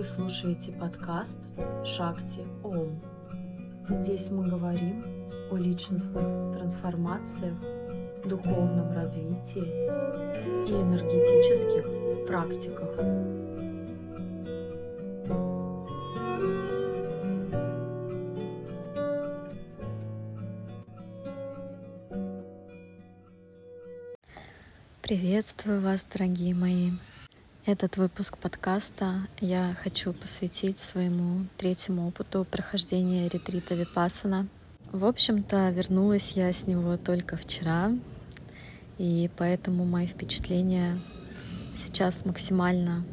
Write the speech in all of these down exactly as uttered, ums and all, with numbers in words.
Вы слушаете подкаст «Шакти Ом». Здесь мы говорим о личностных трансформациях, духовном развитии и энергетических практиках. Приветствую вас, дорогие мои! Этот выпуск подкаста я хочу посвятить своему третьему опыту прохождения ретрита Випассана. В общем-то, вернулась я с него только вчера, и поэтому мои впечатления сейчас максимально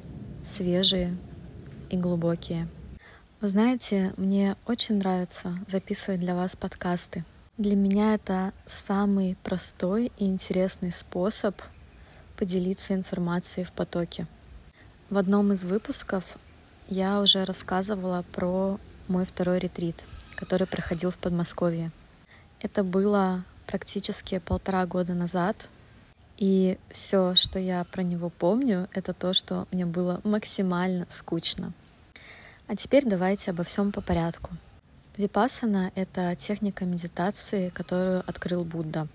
свежие и глубокие. Вы знаете, мне очень нравится записывать для вас подкасты. Для меня это самый простой и интересный способ поделиться информацией в потоке. В одном из выпусков я уже рассказывала про мой второй ретрит, который проходил в Подмосковье. Это было практически полтора года назад, и все, что я про него помню, это то, что мне было максимально скучно. А теперь давайте обо всем по порядку. Випассана — это техника медитации, которую открыл Будда.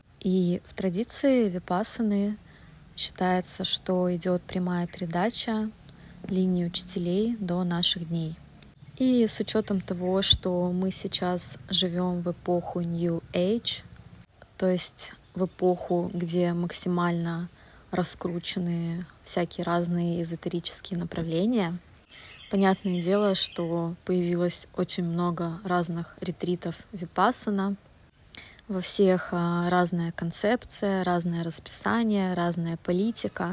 И в традиции випассаны считается, что идет прямая передача линии учителей до наших дней. И с учетом того, что мы сейчас живем в эпоху New Age, то есть в эпоху, где максимально раскручены всякие разные эзотерические направления, понятное дело, что появилось очень много разных ретритов випассана. Во всех разная концепция, разное расписание, разная политика.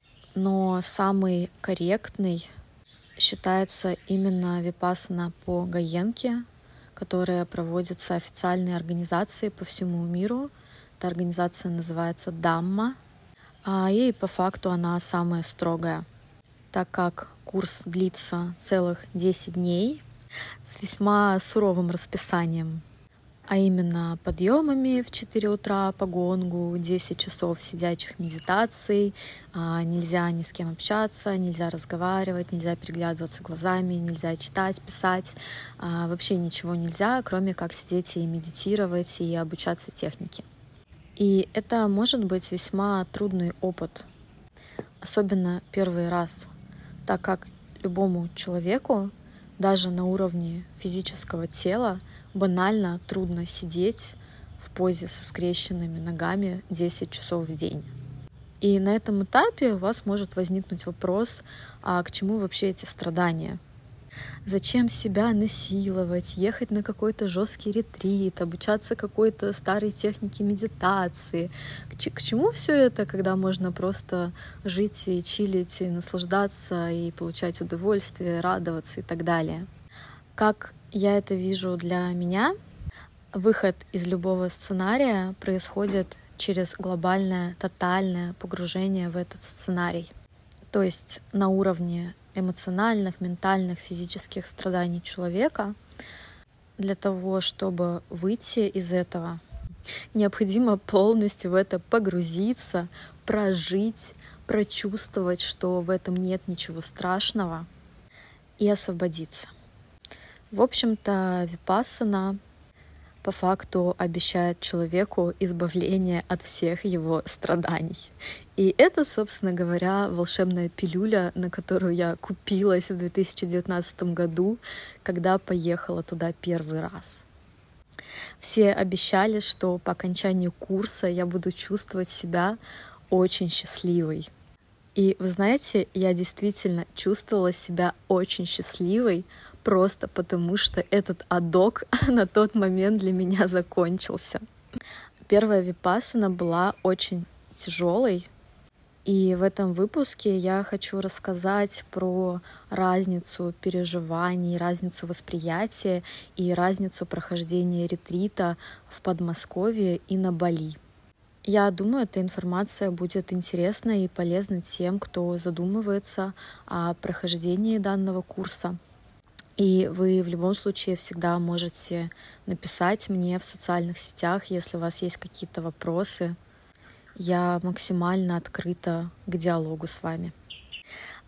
Но самый корректный считается именно випассана по Гаенке, которая проводится официальной организацией по всему миру. Эта организация называется Дамма, и по факту она самая строгая, так как курс длится целых десять дней с весьма суровым расписанием. А именно подъемами в четыре утра по гонгу, десять часов сидячих медитаций, нельзя ни с кем общаться, нельзя разговаривать, нельзя переглядываться глазами, нельзя читать, писать, вообще ничего нельзя, кроме как сидеть и медитировать и обучаться технике. И это может быть весьма трудный опыт, особенно первый раз, так как любому человеку, даже на уровне физического тела, банально трудно сидеть в позе со скрещенными ногами десять часов в день. И на этом этапе у вас может возникнуть вопрос, а к чему вообще эти страдания? Зачем себя насиловать, ехать на какой-то жесткий ретрит, обучаться какой-то старой технике медитации? К, ч- к чему все это, когда можно просто жить и чилить, и наслаждаться, и получать удовольствие, радоваться и так далее? Как я это вижу для меня, выход из любого сценария происходит через глобальное, тотальное погружение в этот сценарий. То есть на уровне эмоциональных, ментальных, физических страданий человека. Для того, чтобы выйти из этого, необходимо полностью в это погрузиться, прожить, прочувствовать, что в этом нет ничего страшного, и освободиться. В общем-то, випассана по факту обещает человеку избавление от всех его страданий. И это, собственно говоря, волшебная пилюля, на которую я купилась в две тысячи девятнадцатом году, когда поехала туда первый раз. Все обещали, что по окончанию курса я буду чувствовать себя очень счастливой. И вы знаете, я действительно чувствовала себя очень счастливой, просто потому что этот адок на тот момент для меня закончился. Первая випассана была очень тяжелой, и в этом выпуске я хочу рассказать про разницу переживаний, разницу восприятия и разницу прохождения ретрита в Подмосковье и на Бали. Я думаю, эта информация будет интересна и полезна тем, кто задумывается о прохождении данного курса. И вы в любом случае всегда можете написать мне в социальных сетях, если у вас есть какие-то вопросы. Я максимально открыта к диалогу с вами.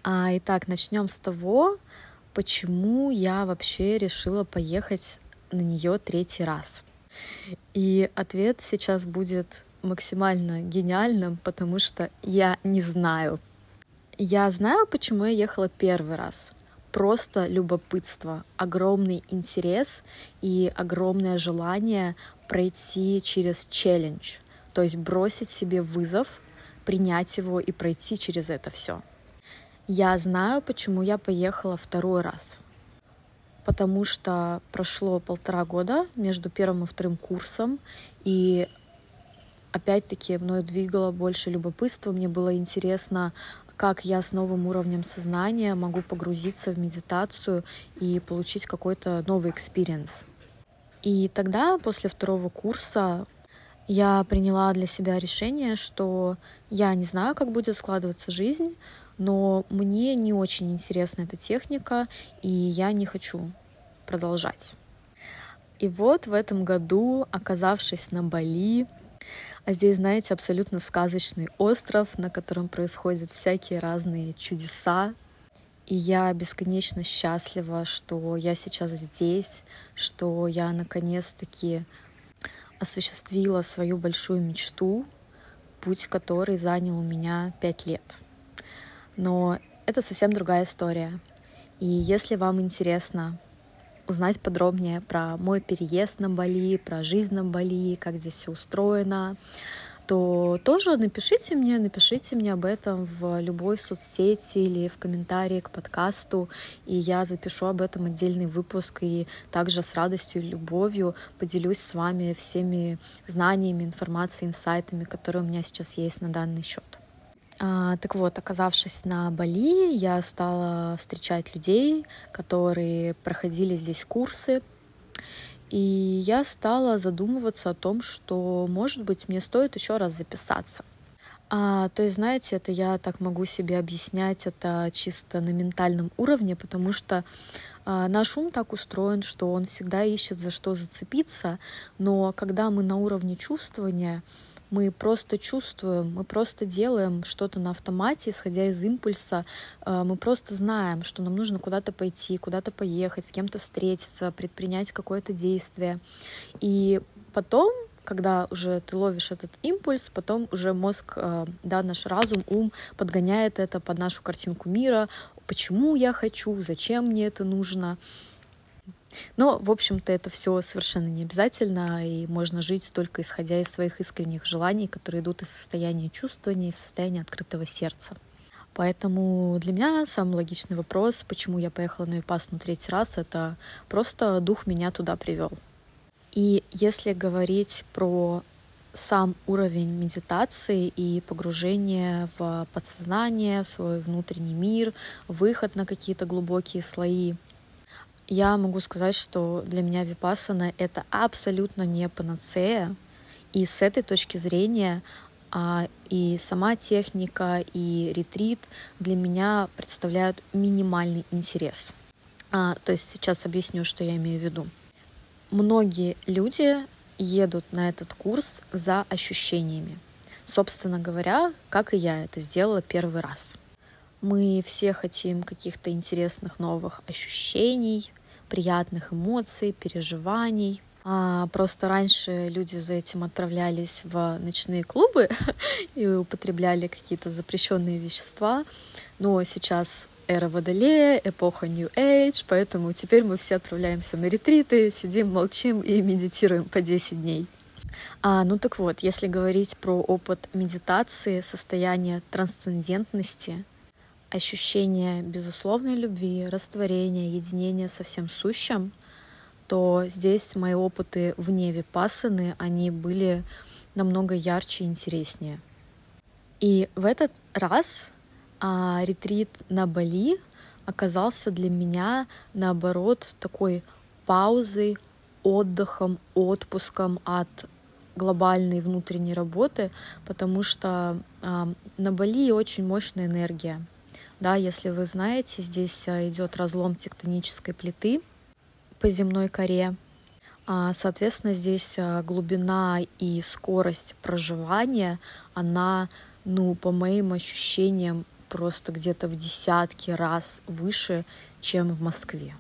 А, итак, начнем с того, почему я вообще решила поехать на нее третий раз. И ответ сейчас будет максимально гениальным, потому что я не знаю. Я знаю, почему я ехала первый раз. Просто любопытство, огромный интерес и огромное желание пройти через челлендж, то есть бросить себе вызов, принять его и пройти через это все. Я знаю, почему я поехала второй раз. Потому что прошло полтора года между первым и вторым курсом, и опять-таки мною двигало больше любопытства. Мне было интересно, как я с новым уровнем сознания могу погрузиться в медитацию и получить какой-то новый экспириенс. И тогда, после второго курса, я приняла для себя решение, что я не знаю, как будет складываться жизнь, но мне не очень интересна эта техника, и я не хочу продолжать. И вот в этом году, оказавшись на Бали, а здесь, знаете, абсолютно сказочный остров, на котором происходят всякие разные чудеса, и я бесконечно счастлива, что я сейчас здесь, что я наконец-таки осуществила свою большую мечту, путь которой занял у меня пять лет. Но это совсем другая история. И если вам интересно узнать подробнее про мой переезд на Бали, про жизнь на Бали, как здесь все устроено, то тоже напишите мне, напишите мне об этом в любой соцсети или в комментарии к подкасту, и я запишу об этом отдельный выпуск, и также с радостью и любовью поделюсь с вами всеми знаниями, информацией, инсайтами, которые у меня сейчас есть на данный счет. А, так вот, оказавшись на Бали, я стала встречать людей, которые проходили здесь курсы, и я стала задумываться о том, что, может быть, мне стоит еще раз записаться. А, то есть, знаете, это я так могу себе объяснять, это чисто на ментальном уровне, потому что а, наш ум так устроен, что он всегда ищет за что зацепиться, но когда мы на уровне чувствования, мы просто чувствуем, мы просто делаем что-то на автомате, исходя из импульса. Мы просто знаем, что нам нужно куда-то пойти, куда-то поехать, с кем-то встретиться, предпринять какое-то действие. И потом, когда уже ты ловишь этот импульс, потом уже мозг, да, наш разум, ум подгоняет это под нашу картинку мира. Почему я хочу, зачем мне это нужно? Но, в общем-то, это все совершенно не обязательно, и можно жить только исходя из своих искренних желаний, которые идут из состояния чувствования, из состояния открытого сердца. Поэтому для меня самый логичный вопрос, почему я поехала на Випассану третий раз, это просто дух меня туда привел. И если говорить про сам уровень медитации и погружение в подсознание, в свой внутренний мир, выход на какие-то глубокие слои, я могу сказать, что для меня випассана — это абсолютно не панацея. И с этой точки зрения а, и сама техника, и ретрит для меня представляют минимальный интерес. А, то есть сейчас объясню, что я имею в виду. Многие люди едут на этот курс за ощущениями. Собственно говоря, как и я это сделала первый раз. Мы все хотим каких-то интересных новых ощущений, приятных эмоций, переживаний. А просто раньше люди за этим отправлялись в ночные клубы и употребляли какие-то запрещенные вещества. Но сейчас эра Водолея, эпоха New Age, поэтому теперь мы все отправляемся на ретриты, сидим, молчим и медитируем по десять дней. А, ну так вот, если говорить про опыт медитации, состояние трансцендентности, ощущение безусловной любви, растворения, единения со всем сущим, то здесь мои опыты вне випассаны, они были намного ярче и интереснее. И в этот раз а, ретрит на Бали оказался для меня, наоборот, такой паузой, отдыхом, отпуском от глобальной внутренней работы, потому что а, на Бали очень мощная энергия. Да, если вы знаете, здесь идет разлом тектонической плиты по земной коре. Соответственно, здесь глубина и скорость проживания, она, ну, по моим ощущениям, просто где-то в десятки раз выше, чем в Москве.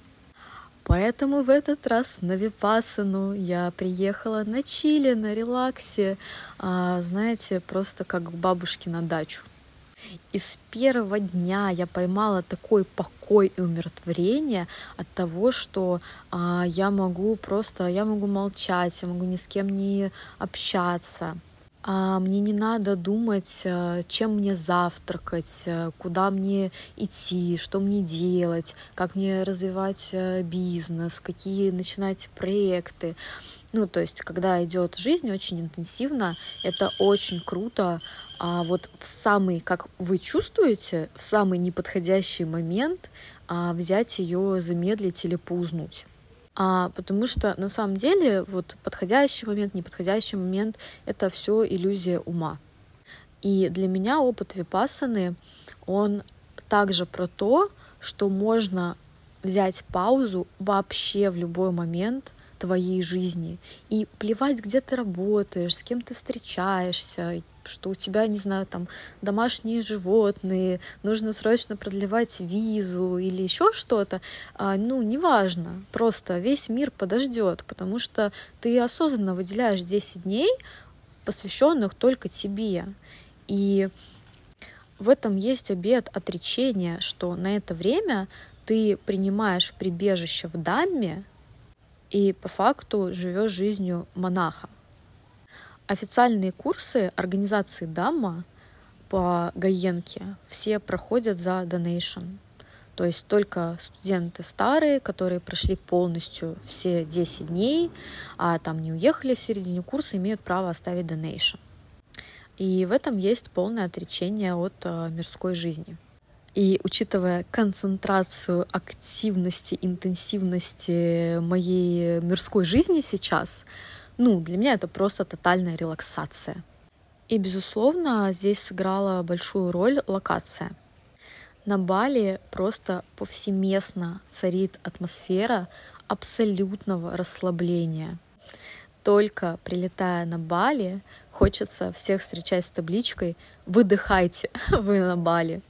Поэтому в этот раз на випассану я приехала на чиле, на релаксе, а, знаете, просто как к бабушке на дачу. И с первого дня я поймала такой покой и умиротворение от того, что а, я могу просто, я могу молчать, я могу ни с кем не общаться. А, мне не надо думать, чем мне завтракать, куда мне идти, что мне делать, как мне развивать бизнес, какие начинать проекты. Ну, то есть, когда идет жизнь очень интенсивно, это очень круто. А вот в самый, как вы чувствуете, в самый неподходящий момент а, взять ее, замедлить или паузнуть. А, потому что на самом деле вот подходящий момент, неподходящий момент — это все иллюзия ума. И для меня опыт випассаны, он также про то, что можно взять паузу вообще в любой момент твоей жизни. И плевать, где ты работаешь, с кем ты встречаешься, что у тебя, не знаю, там домашние животные, нужно срочно продлевать визу или еще что-то, а, ну, неважно, просто весь мир подождет, потому что ты осознанно выделяешь десять дней, посвященных только тебе. И в этом есть обет отречения, что на это время ты принимаешь прибежище в Дамме и по факту живешь жизнью монаха. Официальные курсы организации Дамма по Гаенке все проходят за донейшн. То есть только студенты старые, которые прошли полностью все десять дней, а там не уехали в середине курса, имеют право оставить донейшн. И в этом есть полное отречение от э, мирской жизни. И учитывая концентрацию активности, интенсивности моей мирской жизни сейчас, ну, для меня это просто тотальная релаксация. И, безусловно, здесь сыграла большую роль локация. На Бали просто повсеместно царит атмосфера абсолютного расслабления. Только прилетая на Бали, хочется всех встречать с табличкой «Выдыхайте, вы на Бали».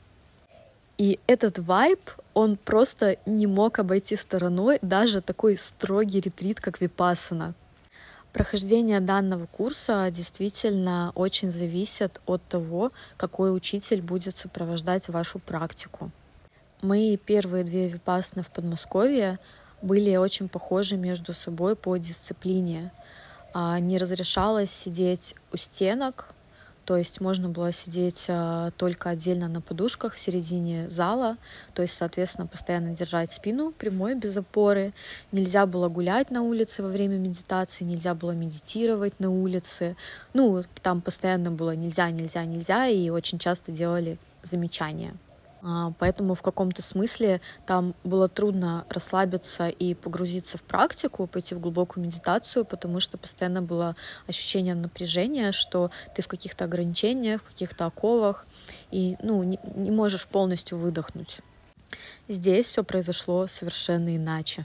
И этот вайб, он просто не мог обойти стороной даже такой строгий ретрит, как випассана. Прохождение данного курса действительно очень зависит от того, какой учитель будет сопровождать вашу практику. Мои первые две випассаны в Подмосковье были очень похожи между собой по дисциплине. Не разрешалось сидеть у стенок, то есть можно было сидеть только отдельно на подушках в середине зала, то есть, соответственно, постоянно держать спину прямой, без опоры. Нельзя было гулять на улице во время медитации, нельзя было медитировать на улице. Ну, там постоянно было нельзя, нельзя, нельзя, и очень часто делали замечания. Поэтому в каком-то смысле там было трудно расслабиться и погрузиться в практику, пойти в глубокую медитацию, потому что постоянно было ощущение напряжения, что ты в каких-то ограничениях, в каких-то оковах, и ну, не, не можешь полностью выдохнуть. Здесь все произошло совершенно иначе.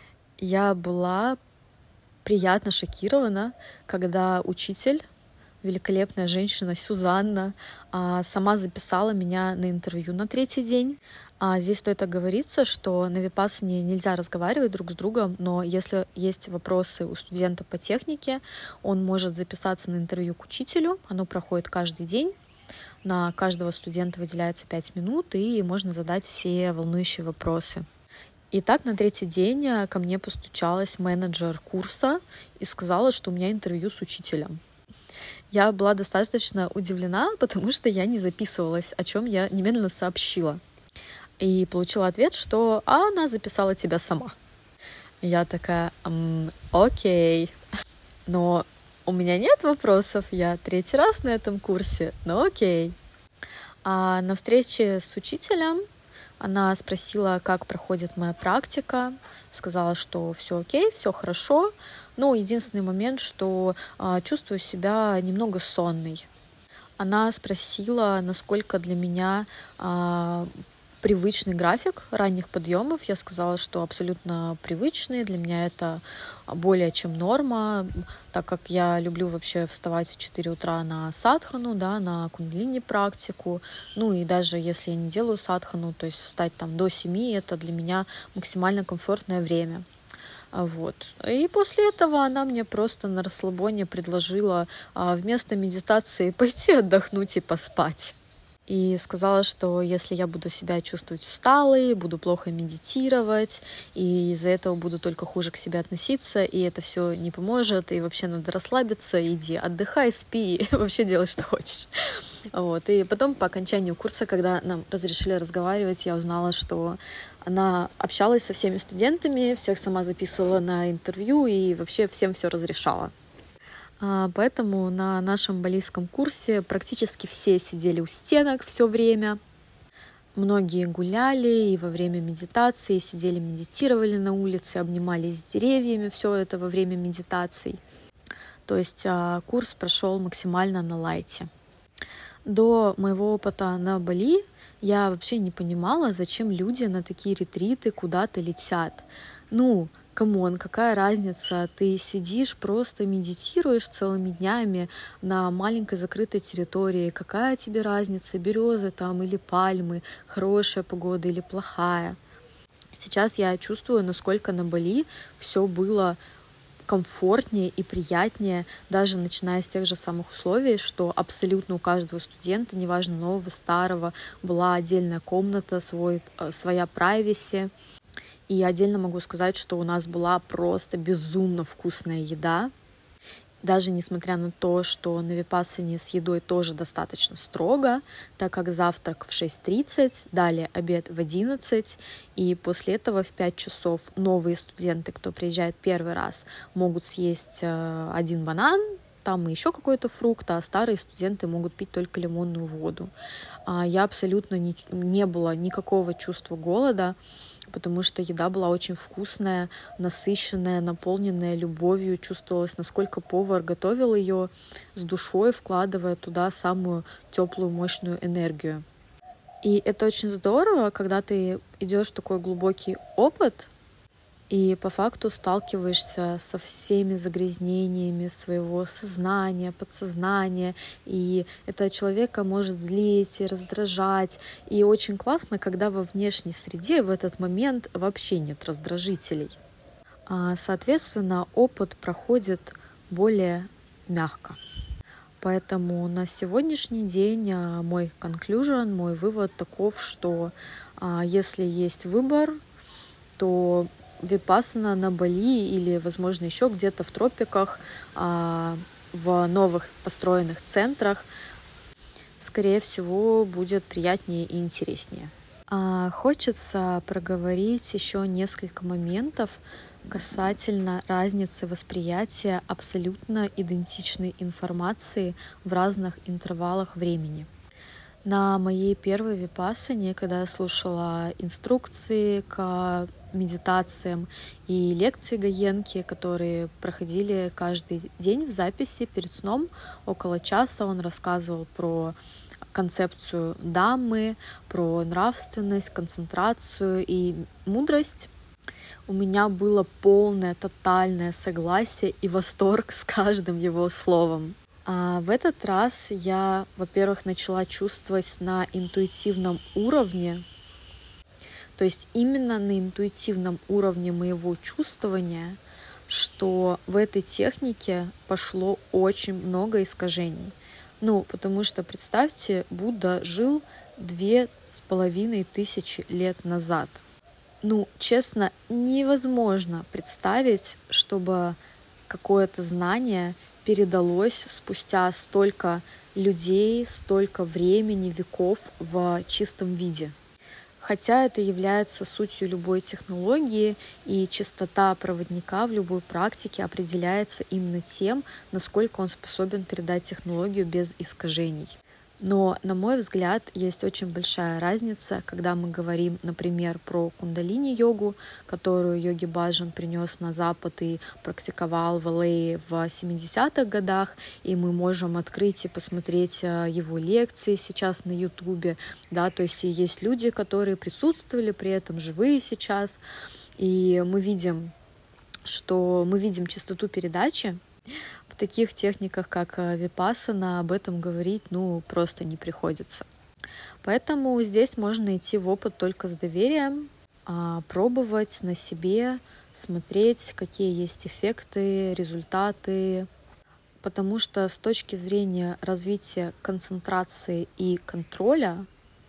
Я была приятно шокирована, когда учитель, великолепная женщина Сюзанна, сама записала меня на интервью на третий день. Здесь стоит оговориться, что на випассане нельзя разговаривать друг с другом, но если есть вопросы у студента по технике, он может записаться на интервью к учителю. Оно проходит каждый день. На каждого студента выделяется пять минут, и можно задать все волнующие вопросы. И так на третий день ко мне постучалась менеджер курса и сказала, что у меня интервью с учителем. Я была достаточно удивлена, потому что я не записывалась, о чем я немедленно сообщила. И получила ответ, что а, она записала тебя сама. Я такая, м, окей. Но у меня нет вопросов, я третий раз на этом курсе, но окей. А на встрече с учителем она спросила, как проходит моя практика, сказала, что все окей, все хорошо, но единственный момент, что а, чувствую себя немного сонной. Она спросила, насколько для меня а, привычный график ранних подъемов. Я сказала, что абсолютно привычный. Для меня это более чем норма, так как я люблю вообще вставать в четыре утра на садхану, да, на кундалини практику. Ну и даже если я не делаю садхану, то есть встать там до семи, это для меня максимально комфортное время. Вот. И после этого она мне просто на расслабоне предложила вместо медитации пойти отдохнуть и поспать. И сказала, что если я буду себя чувствовать усталой, буду плохо медитировать, и из-за этого буду только хуже к себе относиться, и это все не поможет, и вообще надо расслабиться, иди отдыхай, спи, вообще делай, что хочешь. Вот. И потом по окончанию курса, когда нам разрешили разговаривать, я узнала, что она общалась со всеми студентами, всех сама записывала на интервью и вообще всем все разрешала. Поэтому на нашем балийском курсе практически все сидели у стенок все время. Многие гуляли и во время медитации, сидели, медитировали на улице, обнимались с деревьями, все это во время медитаций. То есть курс прошел максимально на лайте. До моего опыта на Бали я вообще не понимала, зачем люди на такие ретриты куда-то летят. Ну, камон, какая разница, ты сидишь, просто медитируешь целыми днями на маленькой закрытой территории, какая тебе разница, березы там или пальмы, хорошая погода или плохая. Сейчас я чувствую, насколько на Бали все было комфортнее и приятнее, даже начиная с тех же самых условий, что абсолютно у каждого студента, неважно нового, старого, была отдельная комната, свой, своя privacy. И отдельно могу сказать, что у нас была просто безумно вкусная еда. Даже несмотря на то, что на випассане с едой тоже достаточно строго, так как завтрак в шесть тридцать, далее обед в одиннадцать, и после этого в пять часов новые студенты, кто приезжает первый раз, могут съесть один банан, там и еще какой-то фрукт, а старые студенты могут пить только лимонную воду. Я абсолютно не, не было никакого чувства голода, потому что еда была очень вкусная, насыщенная, наполненная любовью. Чувствовалось, насколько повар готовил ее с душой, вкладывая туда самую теплую, мощную энергию. И это очень здорово, когда ты идешь в такой глубокий опыт, и по факту сталкиваешься со всеми загрязнениями своего сознания, подсознания, и это человека может злить и раздражать. И очень классно, когда во внешней среде в этот момент вообще нет раздражителей. Соответственно, опыт проходит более мягко. Поэтому на сегодняшний день мой conclusion, мой вывод таков, что если есть выбор, то випассана на Бали или, возможно, еще где-то в тропиках, в новых построенных центрах, скорее всего, будет приятнее и интереснее. Хочется проговорить еще несколько моментов касательно разницы восприятия абсолютно идентичной информации в разных интервалах времени. На моей первой випассане, когда я слушала инструкции к медитациям и лекции Гаенки, которые проходили каждый день в записи перед сном, около часа он рассказывал про концепцию Даммы, про нравственность, концентрацию и мудрость. У меня было полное, тотальное согласие и восторг с каждым его словом. А в этот раз я, во-первых, начала чувствовать на интуитивном уровне, то есть именно на интуитивном уровне моего чувствования, что в этой технике пошло очень много искажений. Ну, потому что, представьте, Будда жил две с половиной тысячи лет назад. Ну, честно, невозможно представить, чтобы какое-то знание передалось спустя столько людей, столько времени, веков в чистом виде. Хотя это является сутью любой технологии, и чистота проводника в любой практике определяется именно тем, насколько он способен передать технологию без искажений. Но, на мой взгляд, есть очень большая разница, когда мы говорим, например, про кундалини-йогу, которую Йоги Баджан принес на Запад и практиковал в Эл А в семидесятых годах, и мы можем открыть и посмотреть его лекции сейчас на Ютубе, да, то есть есть люди, которые присутствовали при этом, живые сейчас, и мы видим, что мы видим чистоту передачи. В таких техниках, как випассана, об этом говорить, ну, просто не приходится. Поэтому здесь можно идти в опыт только с доверием, пробовать на себе, смотреть, какие есть эффекты, результаты. Потому что с точки зрения развития концентрации и контроля,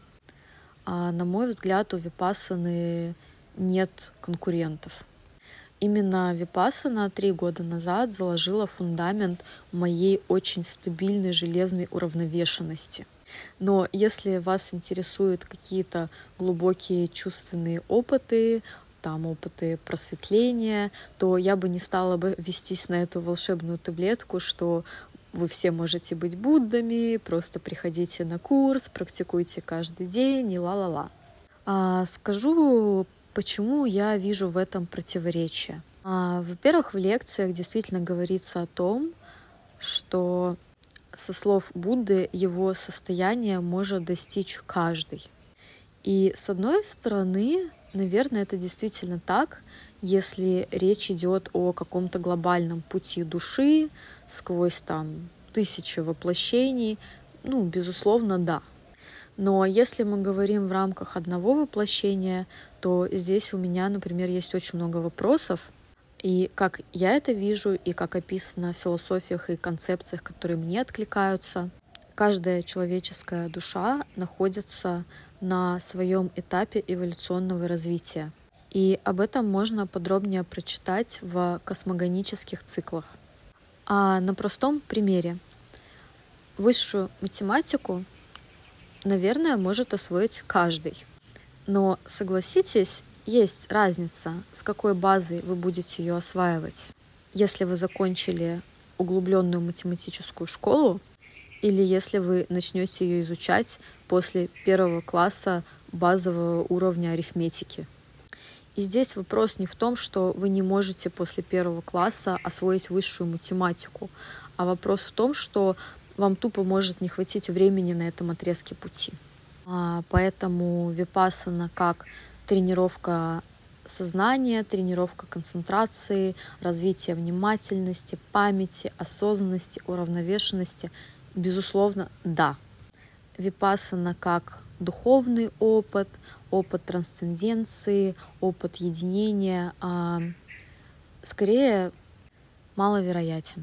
на мой взгляд, у випассаны нет конкурентов. Именно випассана три года назад заложила фундамент моей очень стабильной железной уравновешенности. Но если вас интересуют какие-то глубокие чувственные опыты, там опыты просветления, то я бы не стала бы вестись на эту волшебную таблетку, что вы все можете быть Буддами, просто приходите на курс, практикуйте каждый день и ла-ла-ла. А скажу, почему я вижу в этом противоречие. А, во-первых, в лекциях действительно говорится о том, что со слов Будды его состояние может достичь каждый. И с одной стороны, наверное, это действительно так, если речь идет о каком-то глобальном пути души сквозь там тысячи воплощений, ну, безусловно, да. Но если мы говорим в рамках одного воплощения, то здесь у меня, например, есть очень много вопросов. И как я это вижу, и как описано в философиях и концепциях, которые мне откликаются, каждая человеческая душа находится на своем этапе эволюционного развития. И об этом можно подробнее прочитать в космогонических циклах. А на простом примере. Высшую математику, наверное, может освоить каждый. Но согласитесь, есть разница, с какой базы вы будете ее осваивать. Если вы закончили углубленную математическую школу, или если вы начнете ее изучать после первого класса базового уровня арифметики. И здесь вопрос не в том, что вы не можете после первого класса освоить высшую математику, а вопрос в том, что вам тупо может не хватить времени на этом отрезке пути. А, поэтому випассана как тренировка сознания, тренировка концентрации, развитие внимательности, памяти, осознанности, уравновешенности, безусловно, да. Випассана как духовный опыт, опыт трансценденции, опыт единения, а, скорее маловероятен.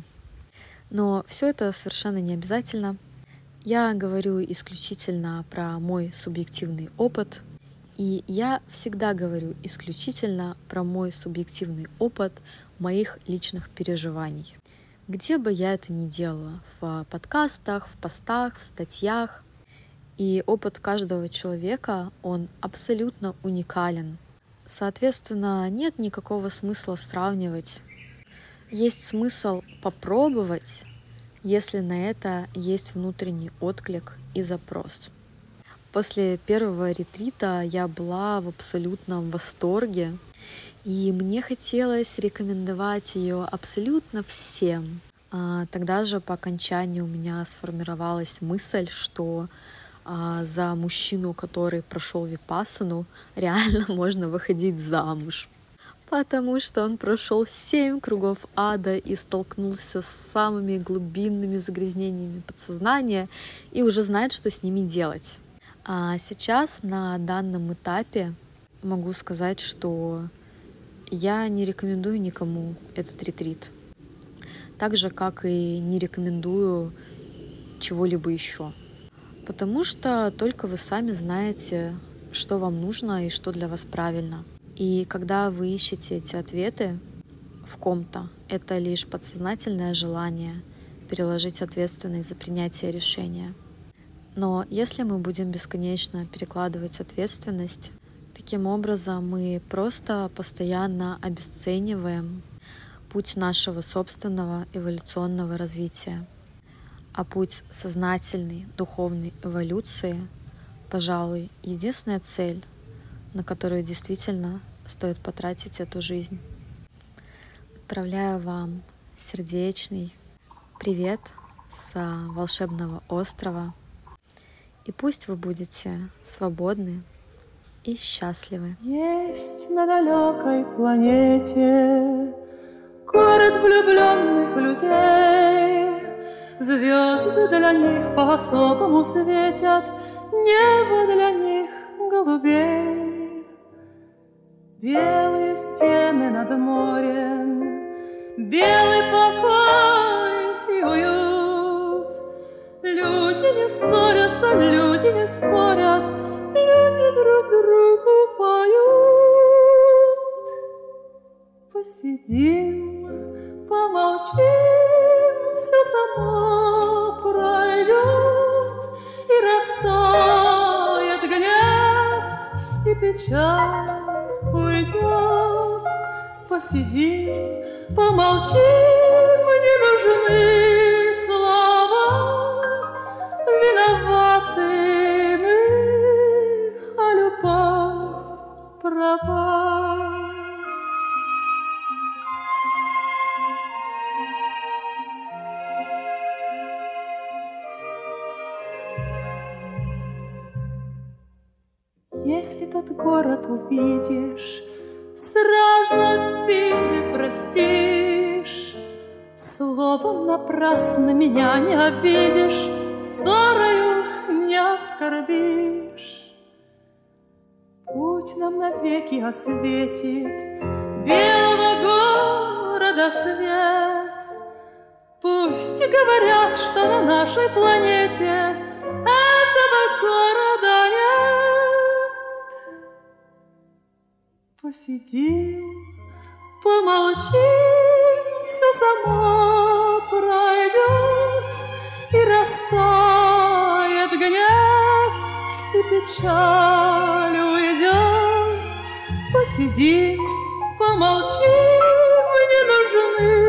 Но все это совершенно не обязательно. Я говорю исключительно про мой субъективный опыт, и я всегда говорю исключительно про мой субъективный опыт моих личных переживаний. Где бы я это ни делала, в подкастах, в постах, в статьях. И опыт каждого человека, он абсолютно уникален. Соответственно, нет никакого смысла сравнивать. Есть смысл попробовать, если на это есть внутренний отклик и запрос. После первого ретрита я была в абсолютном восторге, и мне хотелось рекомендовать ее абсолютно всем. А тогда же по окончании у меня сформировалась мысль, что а, за мужчину, который прошел випассану, реально можно выходить замуж. Потому что он прошел семь кругов ада и столкнулся с самыми глубинными загрязнениями подсознания и уже знает, что с ними делать. А сейчас на данном этапе могу сказать, что я не рекомендую никому этот ретрит. Так же, как и не рекомендую чего-либо еще. Потому что только вы сами знаете, что вам нужно и что для вас правильно. И когда вы ищете эти ответы в ком-то, это лишь подсознательное желание переложить ответственность за принятие решения. Но если мы будем бесконечно перекладывать ответственность, таким образом мы просто постоянно обесцениваем путь нашего собственного эволюционного развития. а путь сознательной духовной эволюции, пожалуй, единственная цель, на которую действительно стоит потратить эту жизнь. Отправляю вам сердечный привет с волшебного острова, и пусть вы будете свободны и счастливы. Есть на далекой планете город влюбленных людей. Звезды для них по-особому светят, небо для них голубей. Белые стены над морем, белый покой и уют. Люди не ссорятся, люди не спорят, люди друг другу поют. Посидим, помолчим, все само пройдет, и растает гнев, и печаль уйдет. Посидим, помолчим, не нужны слова, виноваты мы, а любовь права. Если тот город увидишь, сразу обиды простишь. Словом напрасно меня не обидишь, ссорою не оскорбишь. Путь нам навеки осветит белого города свет. Пусть говорят, что на нашей планете этого города нет. Посидим, помолчим, все само пройдет, и растает гнев, и печаль уйдет. Посидим, помолчим, не нужны